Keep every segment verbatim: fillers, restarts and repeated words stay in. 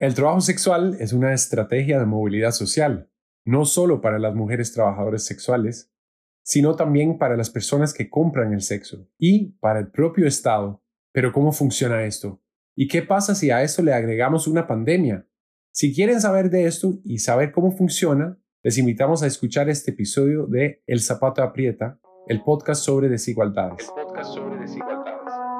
El trabajo sexual es una estrategia de movilidad social, no solo para las mujeres trabajadoras sexuales, sino también para las personas que compran el sexo y para el propio Estado. Pero ¿cómo funciona esto? ¿Y qué pasa si a esto le agregamos una pandemia? Si quieren saber de esto y saber cómo funciona, les invitamos a escuchar este episodio de El Zapato Aprieta, el podcast sobre desigualdades. El podcast sobre desigualdades.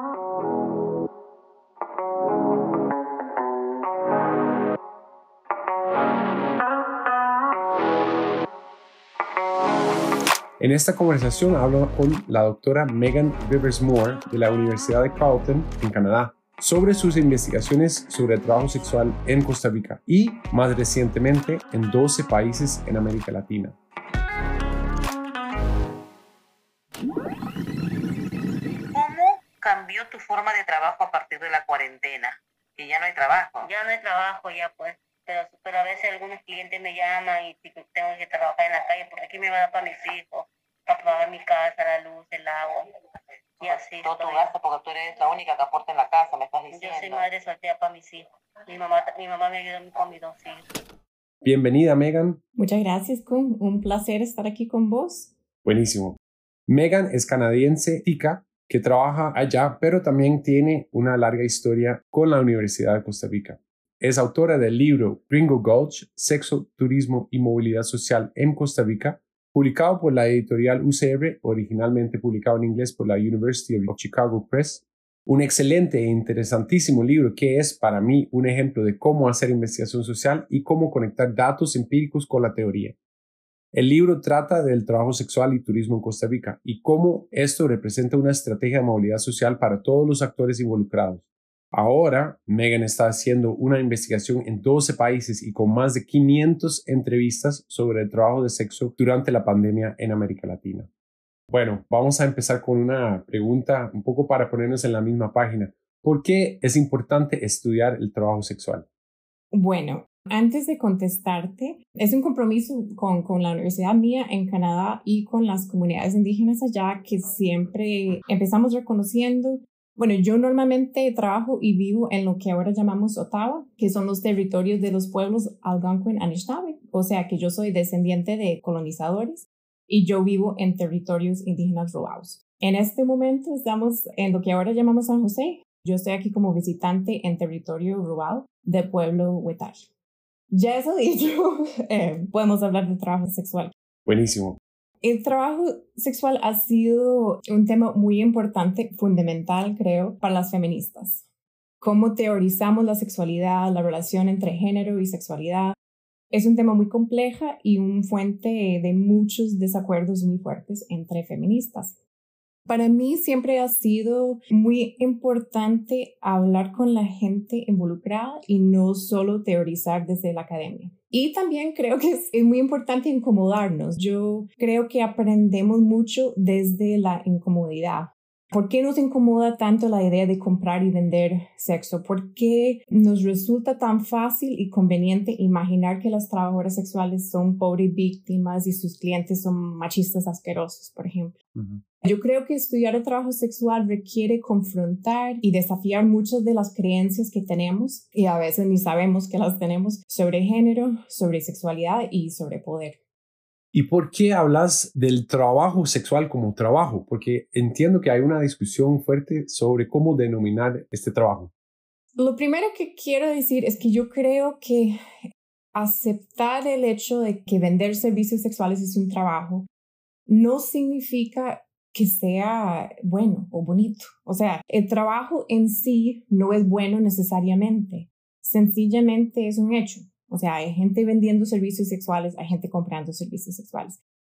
En esta conversación hablo con la doctora Megan Rivers-Moore de la Universidad de Carleton, en Canadá, sobre sus investigaciones sobre el trabajo sexual en Costa Rica y, más recientemente, en doce países en América Latina. ¿Cómo cambió tu forma de trabajo a partir de la cuarentena? Que ya no hay trabajo. Ya no hay trabajo, ya pues. Pero, pero a veces algunos clientes me llaman y tengo que trabajar en la calle porque aquí me va a dar para mis hijos, para pagar mi casa, la luz, el agua. Y así Todo tu estoy. gasto porque tú eres la única que aporta en la casa, me estás diciendo. Yo soy madre soltera para mis hijos. Mi mamá, mi mamá me ayuda con mis dos hijos. Bienvenida, Megan. Muchas gracias, Kun. Un placer estar aquí con vos. Buenísimo. Megan es canadiense tica que trabaja allá, pero también tiene una larga historia con la Universidad de Costa Rica. Es autora del libro Gringo Gulch, Sexo, Turismo y Movilidad Social en Costa Rica, publicado por la editorial U C R, originalmente publicado en inglés por la University of Chicago Press. Un excelente e interesantísimo libro que es para mí un ejemplo de cómo hacer investigación social y cómo conectar datos empíricos con la teoría. El libro trata del trabajo sexual y turismo en Costa Rica y cómo esto representa una estrategia de movilidad social para todos los actores involucrados. Ahora, Megan está haciendo una investigación en doce países y con más de quinientas entrevistas sobre el trabajo de sexo durante la pandemia en América Latina. Bueno, vamos a empezar con una pregunta un poco para ponernos en la misma página. ¿Por qué es importante estudiar el trabajo sexual? Bueno, antes de contestarte, es un compromiso con, con la universidad mía en Canadá y con las comunidades indígenas allá que siempre empezamos reconociendo. Bueno, yo normalmente trabajo y vivo en lo que ahora llamamos Ottawa, que son los territorios de los pueblos Algonquin Anishinaabe, o sea que yo soy descendiente de colonizadores y yo vivo en territorios indígenas robados. En este momento estamos en lo que ahora llamamos San José. Yo estoy aquí como visitante en territorio robado del pueblo Huetar. Ya eso dicho, eh, podemos hablar del trabajo sexual. Buenísimo. El trabajo sexual ha sido un tema muy importante, fundamental, creo, para las feministas. Cómo teorizamos la sexualidad, la relación entre género y sexualidad. Es un tema muy compleja y una fuente de muchos desacuerdos muy fuertes entre feministas. Para mí siempre ha sido muy importante hablar con la gente involucrada y no solo teorizar desde la academia. Y también creo que es muy importante incomodarnos. Yo creo que aprendemos mucho desde la incomodidad. ¿Por qué nos incomoda tanto la idea de comprar y vender sexo? ¿Por qué nos resulta tan fácil y conveniente imaginar que las trabajadoras sexuales son pobres víctimas y sus clientes son machistas asquerosos, por ejemplo? Uh-huh. Yo creo que estudiar el trabajo sexual requiere confrontar y desafiar muchas de las creencias que tenemos y a veces ni sabemos que las tenemos sobre género, sobre sexualidad y sobre poder. ¿Y por qué hablas del trabajo sexual como trabajo? Porque entiendo que hay una discusión fuerte sobre cómo denominar este trabajo. Lo primero que quiero decir es que yo creo que aceptar el hecho de que vender servicios sexuales es un trabajo no significa que sea bueno o bonito. O sea, el trabajo en sí no es bueno necesariamente. Sencillamente es un hecho. O sea, hay gente vendiendo servicios sexuales, hay gente comprando servicios sexuales.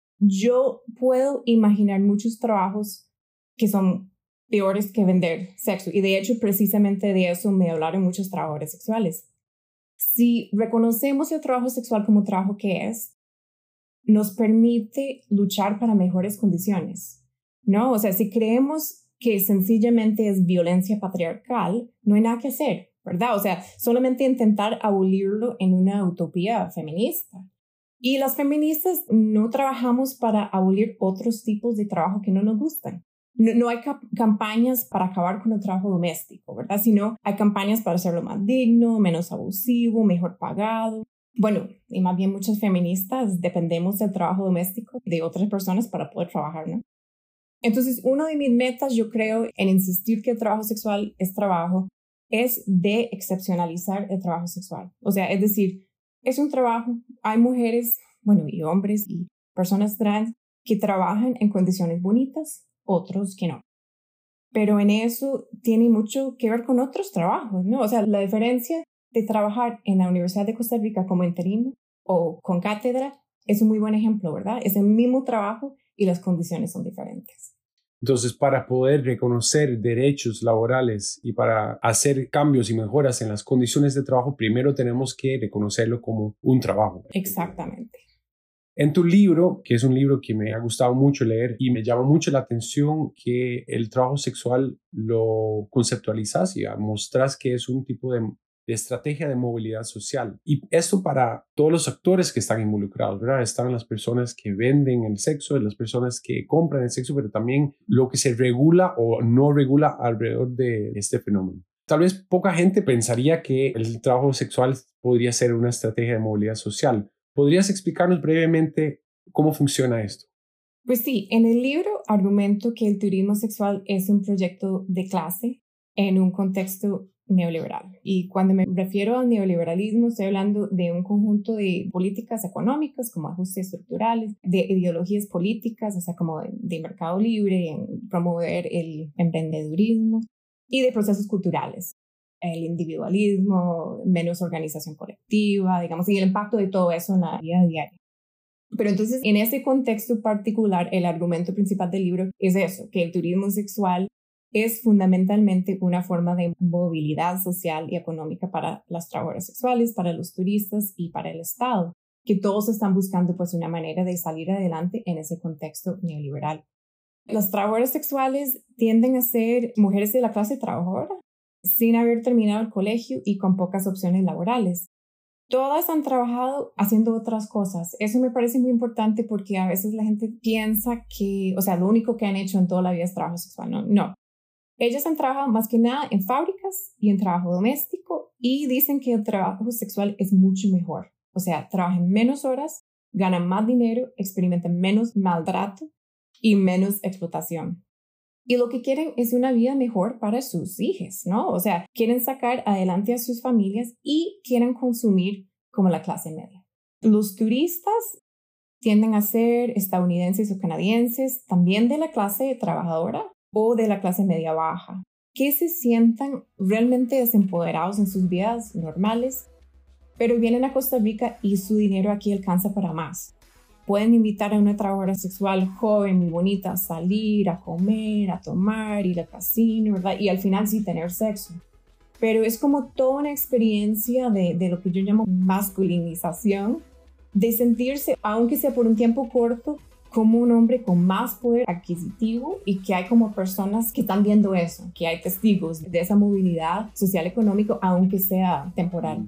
Yo puedo imaginar muchos trabajos que son peores que vender sexo. Y de hecho, precisamente de eso me hablaron muchos trabajadores sexuales. Si reconocemos el trabajo sexual como trabajo que es, nos permite luchar para mejores condiciones, ¿no? O sea, si creemos que sencillamente es violencia patriarcal, no hay nada que hacer, ¿verdad? O sea, solamente intentar abolirlo en una utopía feminista. Y las feministas no trabajamos para abolir otros tipos de trabajo que no nos gustan. No, no hay cap- campañas para acabar con el trabajo doméstico, ¿verdad? Sino hay campañas para hacerlo más digno, menos abusivo, mejor pagado. Bueno, y más bien muchas feministas dependemos del trabajo doméstico de otras personas para poder trabajar, ¿no? Entonces, una de mis metas, yo creo, en insistir que el trabajo sexual es trabajo, es de excepcionalizar el trabajo sexual. O sea, es decir, es un trabajo, hay mujeres, bueno, y hombres y personas trans que trabajan en condiciones bonitas, otros que no. Pero en eso tiene mucho que ver con otros trabajos, ¿no? O sea, la diferencia de trabajar en la Universidad de Costa Rica como interino o con cátedra es un muy buen ejemplo, ¿verdad? Es el mismo trabajo y las condiciones son diferentes. Entonces, para poder reconocer derechos laborales y para hacer cambios y mejoras en las condiciones de trabajo, primero tenemos que reconocerlo como un trabajo. Exactamente. En tu libro, que es un libro que me ha gustado mucho leer y me llama mucho la atención que el trabajo sexual lo conceptualizas y mostras que es un tipo de, de estrategia de movilidad social. Y esto para todos los actores que están involucrados, ¿verdad? Están las personas que venden el sexo, las personas que compran el sexo, pero también lo que se regula o no regula alrededor de este fenómeno. Tal vez poca gente pensaría que el trabajo sexual podría ser una estrategia de movilidad social. ¿Podrías explicarnos brevemente cómo funciona esto? Pues sí, en el libro argumento que el turismo sexual es un proyecto de clase en un contexto neoliberal. Y cuando me refiero al neoliberalismo, estoy hablando de un conjunto de políticas económicas como ajustes estructurales, de ideologías políticas, o sea, como de, de mercado libre, en promover el emprendedurismo y de procesos culturales. El individualismo, menos organización colectiva, digamos, y el impacto de todo eso en la vida diaria. Pero entonces, en ese contexto particular, el argumento principal del libro es eso, que el turismo sexual es fundamentalmente una forma de movilidad social y económica para las trabajadoras sexuales, para los turistas y para el Estado, que todos están buscando pues una manera de salir adelante en ese contexto neoliberal. Las trabajadoras sexuales tienden a ser mujeres de la clase trabajadora, sin haber terminado el colegio y con pocas opciones laborales. Todas han trabajado haciendo otras cosas. Eso me parece muy importante porque a veces la gente piensa que, o sea, lo único que han hecho en toda la vida es trabajo sexual. No, no. Ellas han trabajado más que nada en fábricas y en trabajo doméstico y dicen que el trabajo sexual es mucho mejor. O sea, trabajan menos horas, ganan más dinero, experimentan menos maltrato y menos explotación. Y lo que quieren es una vida mejor para sus hijos, ¿no? O sea, quieren sacar adelante a sus familias y quieren consumir como la clase media. Los turistas tienden a ser estadounidenses o canadienses, también de la clase trabajadora o de la clase media baja, que se sientan realmente desempoderados en sus vidas normales, pero vienen a Costa Rica y su dinero aquí alcanza para más. Pueden invitar a una trabajadora sexual joven y bonita a salir, a comer, a tomar, ir al casino, ¿verdad? Y al final sí tener sexo. Pero es como toda una experiencia de, de lo que yo llamo masculinización, de sentirse, aunque sea por un tiempo corto, como un hombre con más poder adquisitivo y que hay como personas que están viendo eso, que hay testigos de esa movilidad social económica, aunque sea temporal.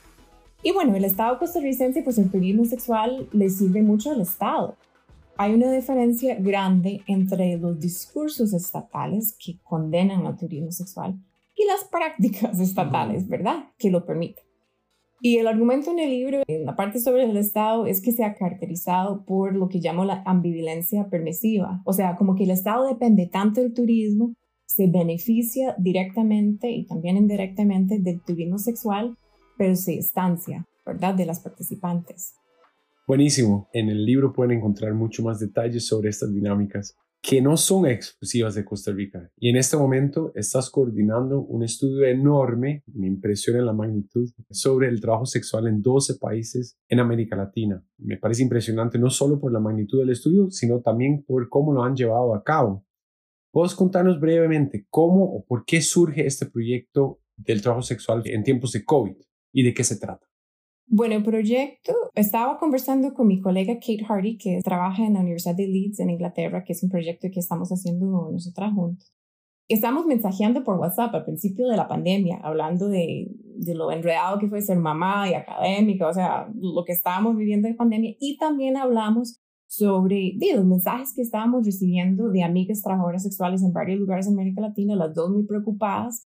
Y bueno, el Estado costarricense, pues el turismo sexual le sirve mucho al Estado. Hay una diferencia grande entre los discursos estatales que condenan al turismo sexual y las prácticas estatales, ¿verdad?, que lo permiten. Y el argumento en el libro, en la parte sobre el Estado, es que se ha caracterizado por lo que llamo la ambivalencia permisiva. O sea, como que el Estado depende tanto del turismo, se beneficia directamente y también indirectamente del turismo sexual, pero se distancia, ¿verdad?, de las participantes. Buenísimo. En el libro pueden encontrar mucho más detalles sobre estas dinámicas que no son exclusivas de Costa Rica. Y en este momento estás coordinando un estudio enorme, me impresiona la magnitud, sobre el trabajo sexual en doce países en América Latina. Me parece impresionante no solo por la magnitud del estudio, sino también por cómo lo han llevado a cabo. ¿Puedes contarnos brevemente cómo o por qué surge este proyecto del trabajo sexual en tiempos de COVID y de qué se trata? Bueno, el proyecto, estaba conversando con mi colega Kate Hardy, que trabaja en la Universidad de Leeds en Inglaterra, que es un proyecto que estamos haciendo nosotras juntos. Estamos mensajeando por WhatsApp al principio de la pandemia, hablando de, de lo enredado que fue ser mamá y académica, o sea, lo que estábamos viviendo de pandemia, y también hablamos sobre de, los mensajes que estábamos recibiendo de amigas trabajadoras sexuales en varios lugares de América Latina, las dos muy preocupadas.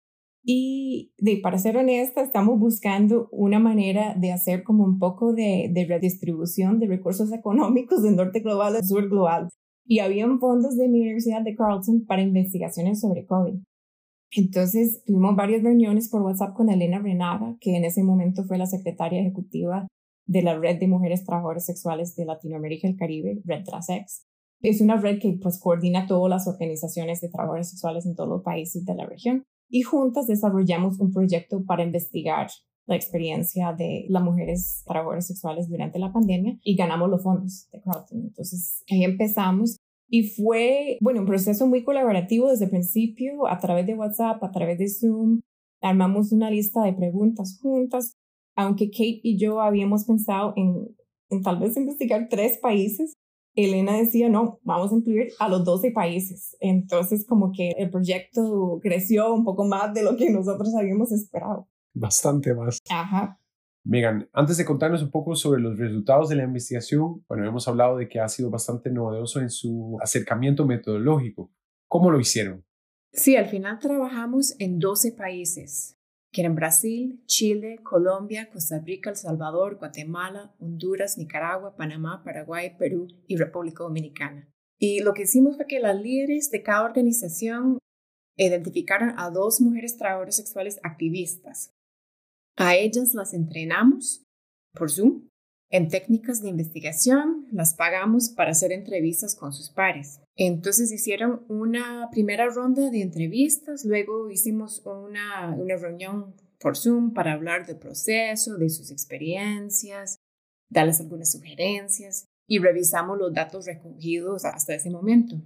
Y de, para ser honesta, estamos buscando una manera de hacer como un poco de, de redistribución de recursos económicos del norte global al sur global. Y habían fondos de mi Universidad de Carleton para investigaciones sobre COVID. Entonces tuvimos varias reuniones por WhatsApp con Elena Renaga, que en ese momento fue la secretaria ejecutiva de la Red de Mujeres Trabajadoras Sexuales de Latinoamérica y el Caribe, Red Trasex. Es una red que pues coordina todas las organizaciones de trabajadoras sexuales en todos los países de la región. Y juntas desarrollamos un proyecto para investigar la experiencia de las mujeres trabajadoras sexuales durante la pandemia y ganamos los fondos de Carleton. Entonces ahí empezamos y fue, bueno, un proceso muy colaborativo desde el principio, a través de WhatsApp, a través de Zoom. Armamos una lista de preguntas juntas, aunque Kate y yo habíamos pensado en, en tal vez investigar tres países. Elena decía, no, vamos a incluir a los doce países. Entonces, como que el proyecto creció un poco más de lo que nosotros habíamos esperado. Bastante más. Ajá. Megan, antes de contarnos un poco sobre los resultados de la investigación, bueno, hemos hablado de que ha sido bastante novedoso en su acercamiento metodológico. ¿Cómo lo hicieron? Sí, al final trabajamos en doce países, que eran Brasil, Chile, Colombia, Costa Rica, El Salvador, Guatemala, Honduras, Nicaragua, Panamá, Paraguay, Perú y República Dominicana. Y lo que hicimos fue que las líderes de cada organización identificaron a dos mujeres trabajadoras sexuales activistas. A ellas las entrenamos por Zoom en técnicas de investigación, las pagamos para hacer entrevistas con sus pares. Entonces hicieron una primera ronda de entrevistas, luego hicimos una, una reunión por Zoom para hablar del proceso, de sus experiencias, darles algunas sugerencias y revisamos los datos recogidos hasta ese momento.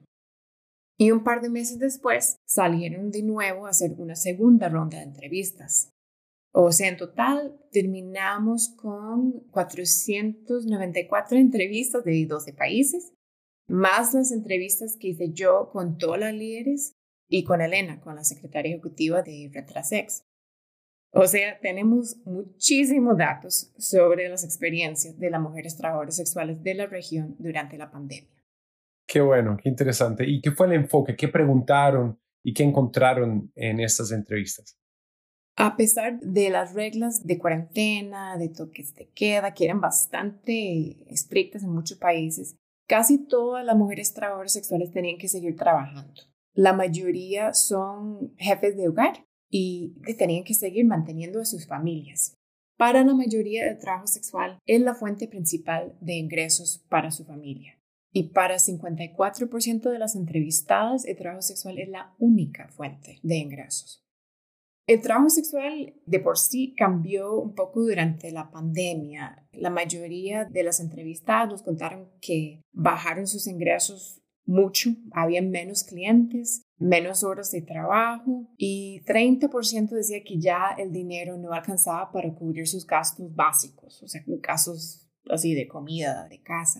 Y un par de meses después salieron de nuevo a hacer una segunda ronda de entrevistas. O sea, en total terminamos con cuatrocientas noventa y cuatro entrevistas de doce países, más las entrevistas que hice yo con todas las líderes y con Elena, con la secretaria ejecutiva de Red Trasex. O sea, tenemos muchísimos datos sobre las experiencias de las mujeres trabajadoras sexuales de la región durante la pandemia. Qué bueno, qué interesante. ¿Y qué fue el enfoque? ¿Qué preguntaron y qué encontraron en estas entrevistas? A pesar de las reglas de cuarentena, de toques de queda, que eran bastante estrictas en muchos países, casi todas las mujeres trabajadoras sexuales tenían que seguir trabajando. La mayoría son jefes de hogar y tenían que seguir manteniendo a sus familias. Para la mayoría, el trabajo sexual es la fuente principal de ingresos para su familia. Y para cincuenta y cuatro por ciento de las entrevistadas, el trabajo sexual es la única fuente de ingresos. El trabajo sexual de por sí cambió un poco durante la pandemia. La mayoría de las entrevistadas nos contaron que bajaron sus ingresos mucho, había menos clientes, menos horas de trabajo y treinta por ciento decía que ya el dinero no alcanzaba para cubrir sus gastos básicos, o sea, gastos así de comida, de casa.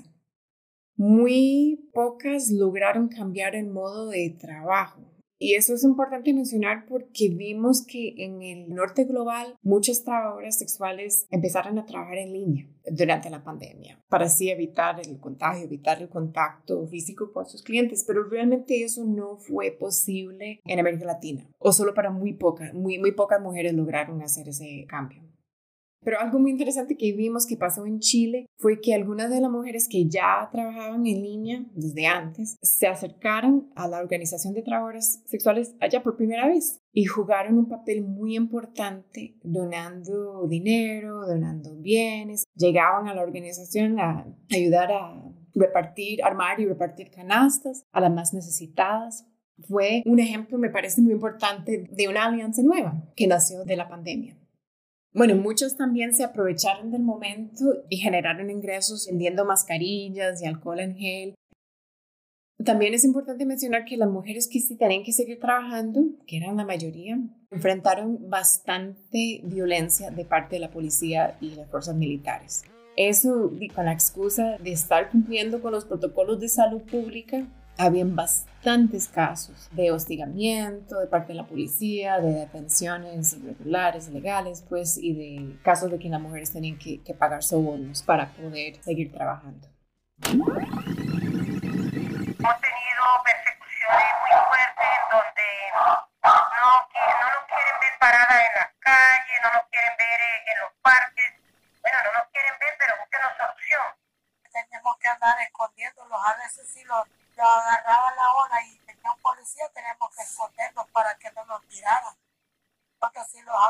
Muy pocas lograron cambiar el modo de trabajo. Y eso es importante mencionar porque vimos que en el norte global muchas trabajadoras sexuales empezaron a trabajar en línea durante la pandemia para así evitar el contagio, evitar el contacto físico con sus clientes, pero realmente eso no fue posible en América Latina o solo para muy pocas, muy, muy pocas mujeres lograron hacer ese cambio. Pero algo muy interesante que vimos que pasó en Chile fue que algunas de las mujeres que ya trabajaban en línea desde antes se acercaron a la Organización de Trabajadoras Sexuales allá por primera vez y jugaron un papel muy importante donando dinero, donando bienes. Llegaban a la organización a ayudar a repartir, armar y repartir canastas a las más necesitadas. Fue un ejemplo, me parece muy importante, de una alianza nueva que nació de la pandemia. Bueno, muchos también se aprovecharon del momento y generaron ingresos vendiendo mascarillas y alcohol en gel. También es importante mencionar que las mujeres que sí tenían que seguir trabajando, que eran la mayoría, enfrentaron bastante violencia de parte de la policía y las fuerzas militares. Eso con la excusa de estar cumpliendo con los protocolos de salud pública. Habían bastantes casos de hostigamiento de parte de la policía, de detenciones irregulares, ilegales, pues, y de casos de que las mujeres tenían que, que pagar sobornos para poder seguir trabajando.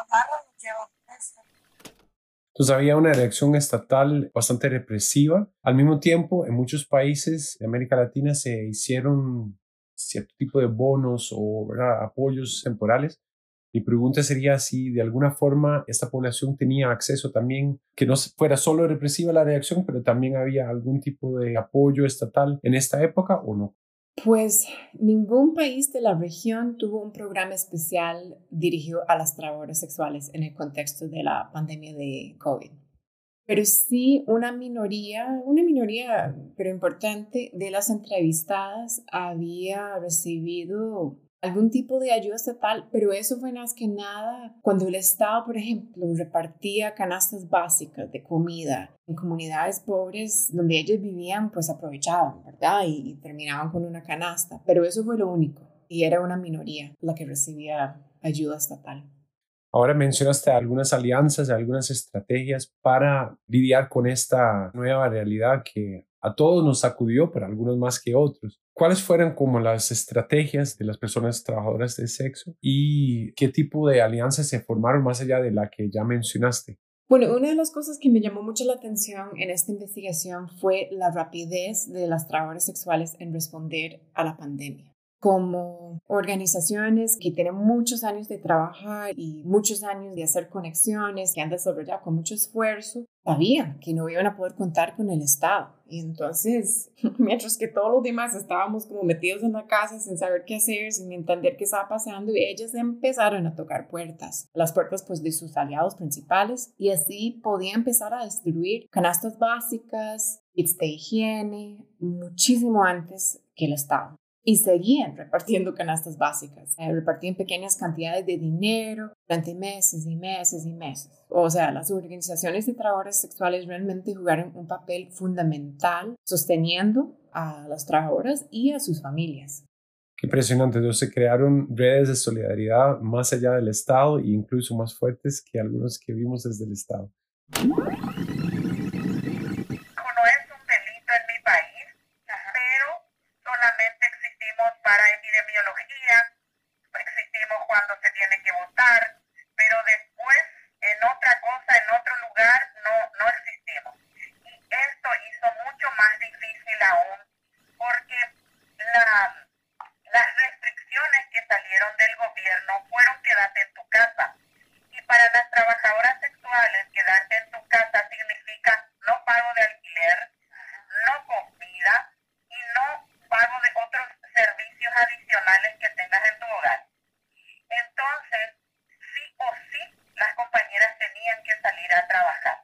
agarran y llevan preso. Entonces había una reacción estatal bastante represiva. Al mismo tiempo, en muchos países de América Latina se hicieron cierto tipo de bonos o, ¿verdad?, apoyos temporales. Mi pregunta sería si de alguna forma esta población tenía acceso también, que no fuera solo represiva la reacción, pero también había algún tipo de apoyo estatal en esta época o no. Pues ningún país de la región tuvo un programa especial dirigido a las trabajadoras sexuales en el contexto de la pandemia de COVID. Pero sí una minoría, una minoría, pero importante, de las entrevistadas había recibido algún tipo de ayuda estatal, pero eso fue más que nada cuando el Estado, por ejemplo, repartía canastas básicas de comida en comunidades pobres donde ellos vivían, pues aprovechaban, ¿verdad? Y, y terminaban con una canasta, pero eso fue lo único y era una minoría la que recibía ayuda estatal. Ahora mencionaste algunas alianzas, algunas estrategias para lidiar con esta nueva realidad que a todos nos sacudió, pero algunos más que otros. ¿Cuáles fueron como las estrategias de las personas trabajadoras del sexo y qué tipo de alianzas se formaron más allá de la que ya mencionaste? Bueno, una de las cosas que me llamó mucho la atención en esta investigación fue la rapidez de las trabajadoras sexuales en responder a la pandemia. Como organizaciones que tienen muchos años de trabajar y muchos años de hacer conexiones, que han desarrollado con mucho esfuerzo, sabían que no iban a poder contar con el Estado. Y entonces, mientras que todos los demás estábamos como metidos en la casa sin saber qué hacer, sin entender qué estaba pasando, ellas empezaron a tocar puertas, las puertas pues de sus aliados principales, y así podía empezar a distribuir canastas básicas, kits de higiene, muchísimo antes que el Estado. Y seguían repartiendo canastas básicas, eh, repartían pequeñas cantidades de dinero durante meses y meses y meses. O sea, las organizaciones de trabajadoras sexuales realmente jugaron un papel fundamental sosteniendo a las trabajadoras y a sus familias. Qué impresionante. Entonces se crearon redes de solidaridad más allá del Estado e incluso más fuertes que algunos que vimos desde el Estado. No es un delito en mi país, pero solamente existimos para epidemiología, existimos cuando se tiene que votar, pero después en otra cosa, en otro lugar, no, no existimos. Y esto hizo mucho más difícil aún, porque la, las restricciones que salieron del gobierno fueron quédate en tu casa. Y para las trabajadoras sexuales, quedarte en tu casa significa no pago de alquiler, no comida y no pago de otros servicios adicionales que tengas en tu hogar. Entonces, sí o sí, las compañeras tenían que salir a trabajar.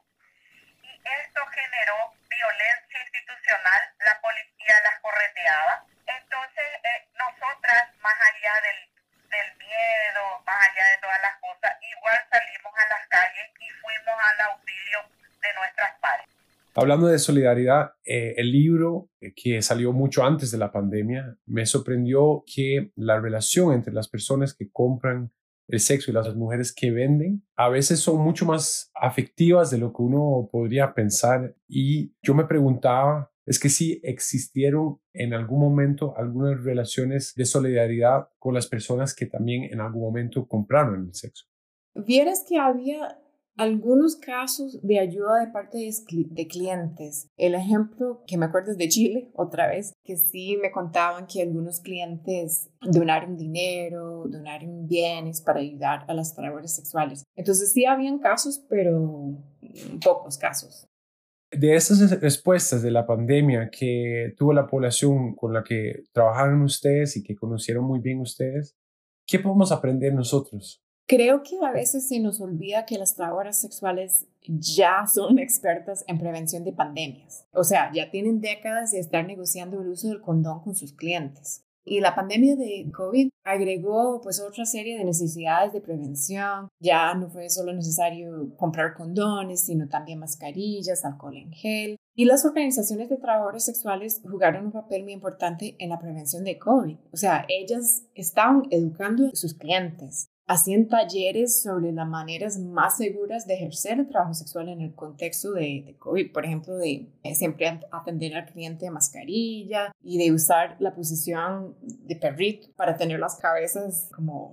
Y esto generó violencia institucional, la policía las correteaba. Entonces, eh, nosotras, más allá del, del miedo, más allá de todas las cosas, igual salimos a las calles y fuimos al auxilio de nuestras pares. Hablando de solidaridad, eh, el libro eh, que salió mucho antes de la pandemia, me sorprendió que la relación entre las personas que compran el sexo y las mujeres que venden a veces son mucho más afectivas de lo que uno podría pensar. Y yo me preguntaba, es que si existieron en algún momento algunas relaciones de solidaridad con las personas que también en algún momento compraron el sexo. Vieras que había algunos casos de ayuda de parte de, de clientes. El ejemplo que me acuerdo es de Chile, otra vez, que sí me contaban que algunos clientes donaron dinero, donaron bienes para ayudar a las trabajadoras sexuales. Entonces sí habían casos, pero pocos casos. De estas respuestas de la pandemia que tuvo la población con la que trabajaron ustedes y que conocieron muy bien ustedes, ¿qué podemos aprender nosotros? Creo que a veces se nos olvida que las trabajadoras sexuales ya son expertas en prevención de pandemias. O sea, ya tienen décadas de estar negociando el uso del condón con sus clientes. Y la pandemia de COVID agregó pues otra serie de necesidades de prevención. Ya no fue solo necesario comprar condones, sino también mascarillas, alcohol en gel. Y las organizaciones de trabajadores sexuales jugaron un papel muy importante en la prevención de COVID. O sea, ellas estaban educando a sus clientes. Hacían talleres sobre las maneras más seguras de ejercer el trabajo sexual en el contexto de, de COVID. Por ejemplo, de eh, siempre atender al cliente de mascarilla y de usar la posición de perrito para tener las cabezas como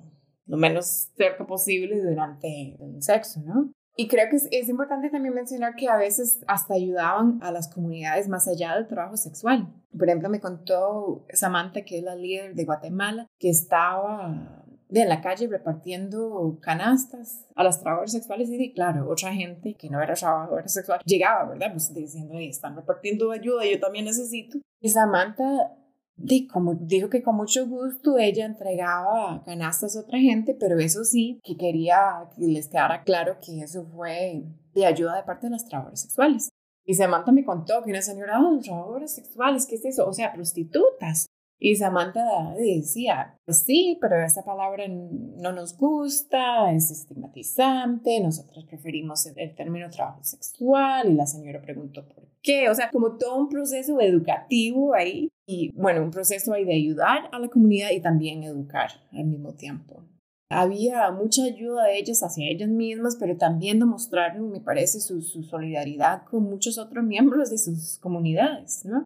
lo menos cerca posible durante el sexo, ¿no? Y creo que es, es importante también mencionar que a veces hasta ayudaban a las comunidades más allá del trabajo sexual. Por ejemplo, me contó Samantha, que es la líder de Guatemala, que estaba en la calle repartiendo canastas a las trabajadoras sexuales y, claro, otra gente que no era trabajadora sexual llegaba, ¿verdad? Pues diciendo, están repartiendo ayuda, yo también necesito. Y Samantha de, como, dijo que con mucho gusto ella entregaba canastas a otra gente, pero eso sí, que quería que les quedara claro que eso fue de ayuda de parte de las trabajadoras sexuales. Y Samantha me contó que una señora, ah, trabajadoras sexuales, ¿qué es eso? O sea, prostitutas. Y Samantha decía, pues sí, pero esa palabra no nos gusta, es estigmatizante, nosotros preferimos el, el término trabajo sexual. Y la señora preguntó por qué. O sea, como todo un proceso educativo ahí. Y bueno, un proceso ahí de ayudar a la comunidad y también educar al mismo tiempo. Había mucha ayuda de ellas hacia ellas mismas, pero también demostraron, me parece, su, su solidaridad con muchos otros miembros de sus comunidades, ¿no?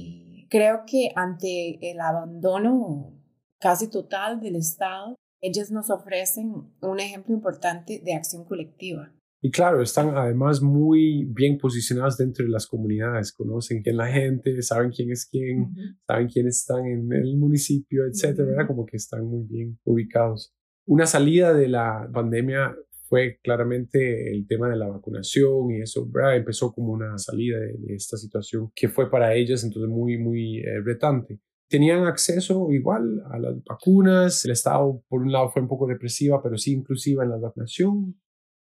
Y creo que ante el abandono casi total del Estado, ellas nos ofrecen un ejemplo importante de acción colectiva. Y claro, están además muy bien posicionadas dentro de las comunidades, conocen quién es la gente, saben quién es quién, uh-huh. saben quiénes están en el municipio, etcétera, uh-huh. Como que están muy bien ubicados. Una salida de la pandemia fue claramente el tema de la vacunación y eso, ¿verdad? Empezó como una salida de, de esta situación que fue para ellas entonces muy, muy eh, retante. Tenían acceso igual a las vacunas, el Estado por un lado fue un poco represiva, pero sí inclusiva en la vacunación.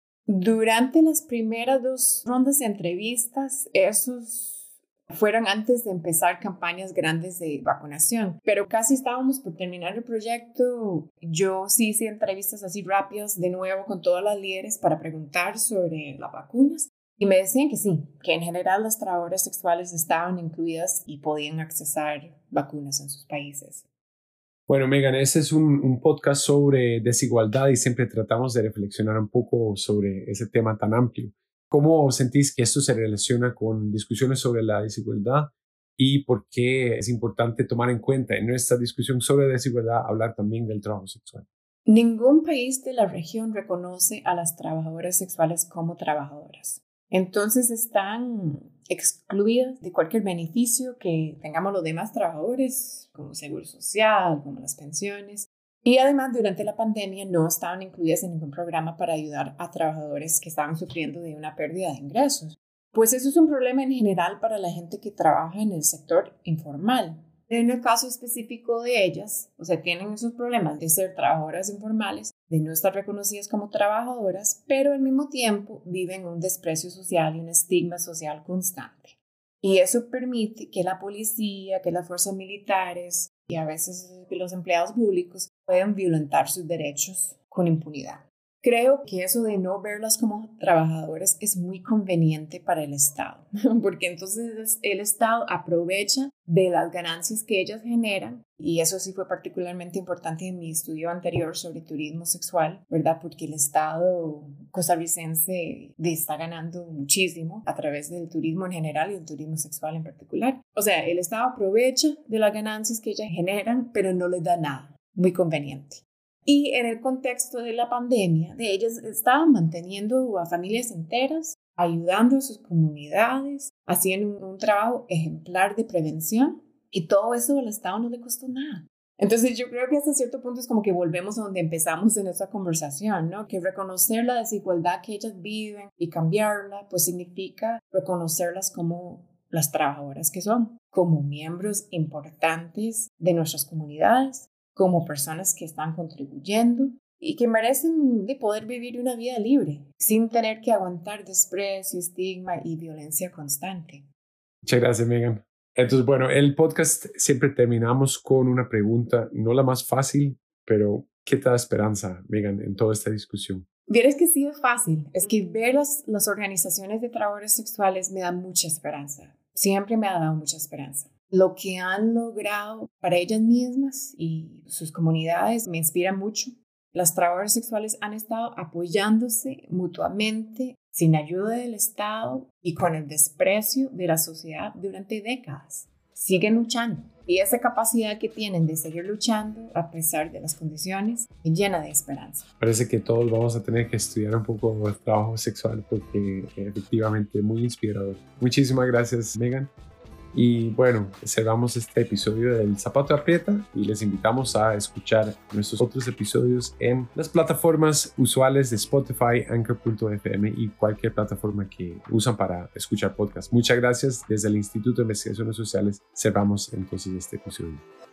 Durante las primeras dos rondas de entrevistas, esos fueron antes de empezar campañas grandes de vacunación, pero casi estábamos por terminar el proyecto. Yo sí hice entrevistas así rápidas de nuevo con todas las líderes para preguntar sobre las vacunas y me decían que sí, que en general las trabajadoras sexuales estaban incluidas y podían accesar vacunas en sus países. Bueno, Megan, este es un, un podcast sobre desigualdad y siempre tratamos de reflexionar un poco sobre ese tema tan amplio. ¿Cómo sentís que esto se relaciona con discusiones sobre la desigualdad y por qué es importante tomar en cuenta en nuestra discusión sobre desigualdad hablar también del trabajo sexual? Ningún país de la región reconoce a las trabajadoras sexuales como trabajadoras. Entonces están excluidas de cualquier beneficio que tengamos los demás trabajadores, como seguro social, como las pensiones. Y además, durante la pandemia no estaban incluidas en ningún programa para ayudar a trabajadores que estaban sufriendo de una pérdida de ingresos. Pues eso es un problema en general para la gente que trabaja en el sector informal. En el caso específico de ellas, o sea, tienen esos problemas de ser trabajadoras informales, de no estar reconocidas como trabajadoras, pero al mismo tiempo viven un desprecio social y un estigma social constante. Y eso permite que la policía, que las fuerzas militares y a veces los empleados públicos puedan violentar sus derechos con impunidad. Creo que eso de no verlas como trabajadoras es muy conveniente para el Estado, porque entonces el Estado aprovecha de las ganancias que ellas generan, y eso sí fue particularmente importante en mi estudio anterior sobre turismo sexual, ¿verdad? Porque el Estado costarricense está ganando muchísimo a través del turismo en general y el turismo sexual en particular. O sea, el Estado aprovecha de las ganancias que ellas generan, pero no les da nada. Muy conveniente. Y en el contexto de la pandemia, de ellas estaban manteniendo a familias enteras, ayudando a sus comunidades, haciendo un, un trabajo ejemplar de prevención, y todo eso al Estado no le costó nada. Entonces yo creo que hasta cierto punto es como que volvemos a donde empezamos en esta conversación, ¿no? Que reconocer la desigualdad que ellas viven y cambiarla, pues significa reconocerlas como las trabajadoras que son, como miembros importantes de nuestras comunidades, como personas que están contribuyendo y que merecen de poder vivir una vida libre, sin tener que aguantar desprecio, estigma y violencia constante. Muchas gracias, Megan. Entonces, bueno, el podcast siempre terminamos con una pregunta, no la más fácil, pero ¿qué te da esperanza, Megan, en toda esta discusión? Vieres que sí es fácil. Es que ver las, las organizaciones de trabajadores sexuales me da mucha esperanza. Siempre me ha dado mucha esperanza. Lo que han logrado para ellas mismas y sus comunidades me inspira mucho. Las trabajadoras sexuales han estado apoyándose mutuamente, sin ayuda del Estado y con el desprecio de la sociedad durante décadas. siguen luchando. Y esa capacidad que tienen de seguir luchando a pesar de las condiciones me llena de esperanza. Parece que todos vamos a tener que estudiar un poco el trabajo sexual porque efectivamente es muy inspirador. Muchísimas gracias, Megan. Y bueno, cerramos este episodio del Zapato Aprieta y les invitamos a escuchar nuestros otros episodios en las plataformas usuales de Spotify, Anchor punto f m y cualquier plataforma que usan para escuchar podcasts. Muchas gracias. Desde el Instituto de Investigaciones Sociales cerramos entonces este episodio.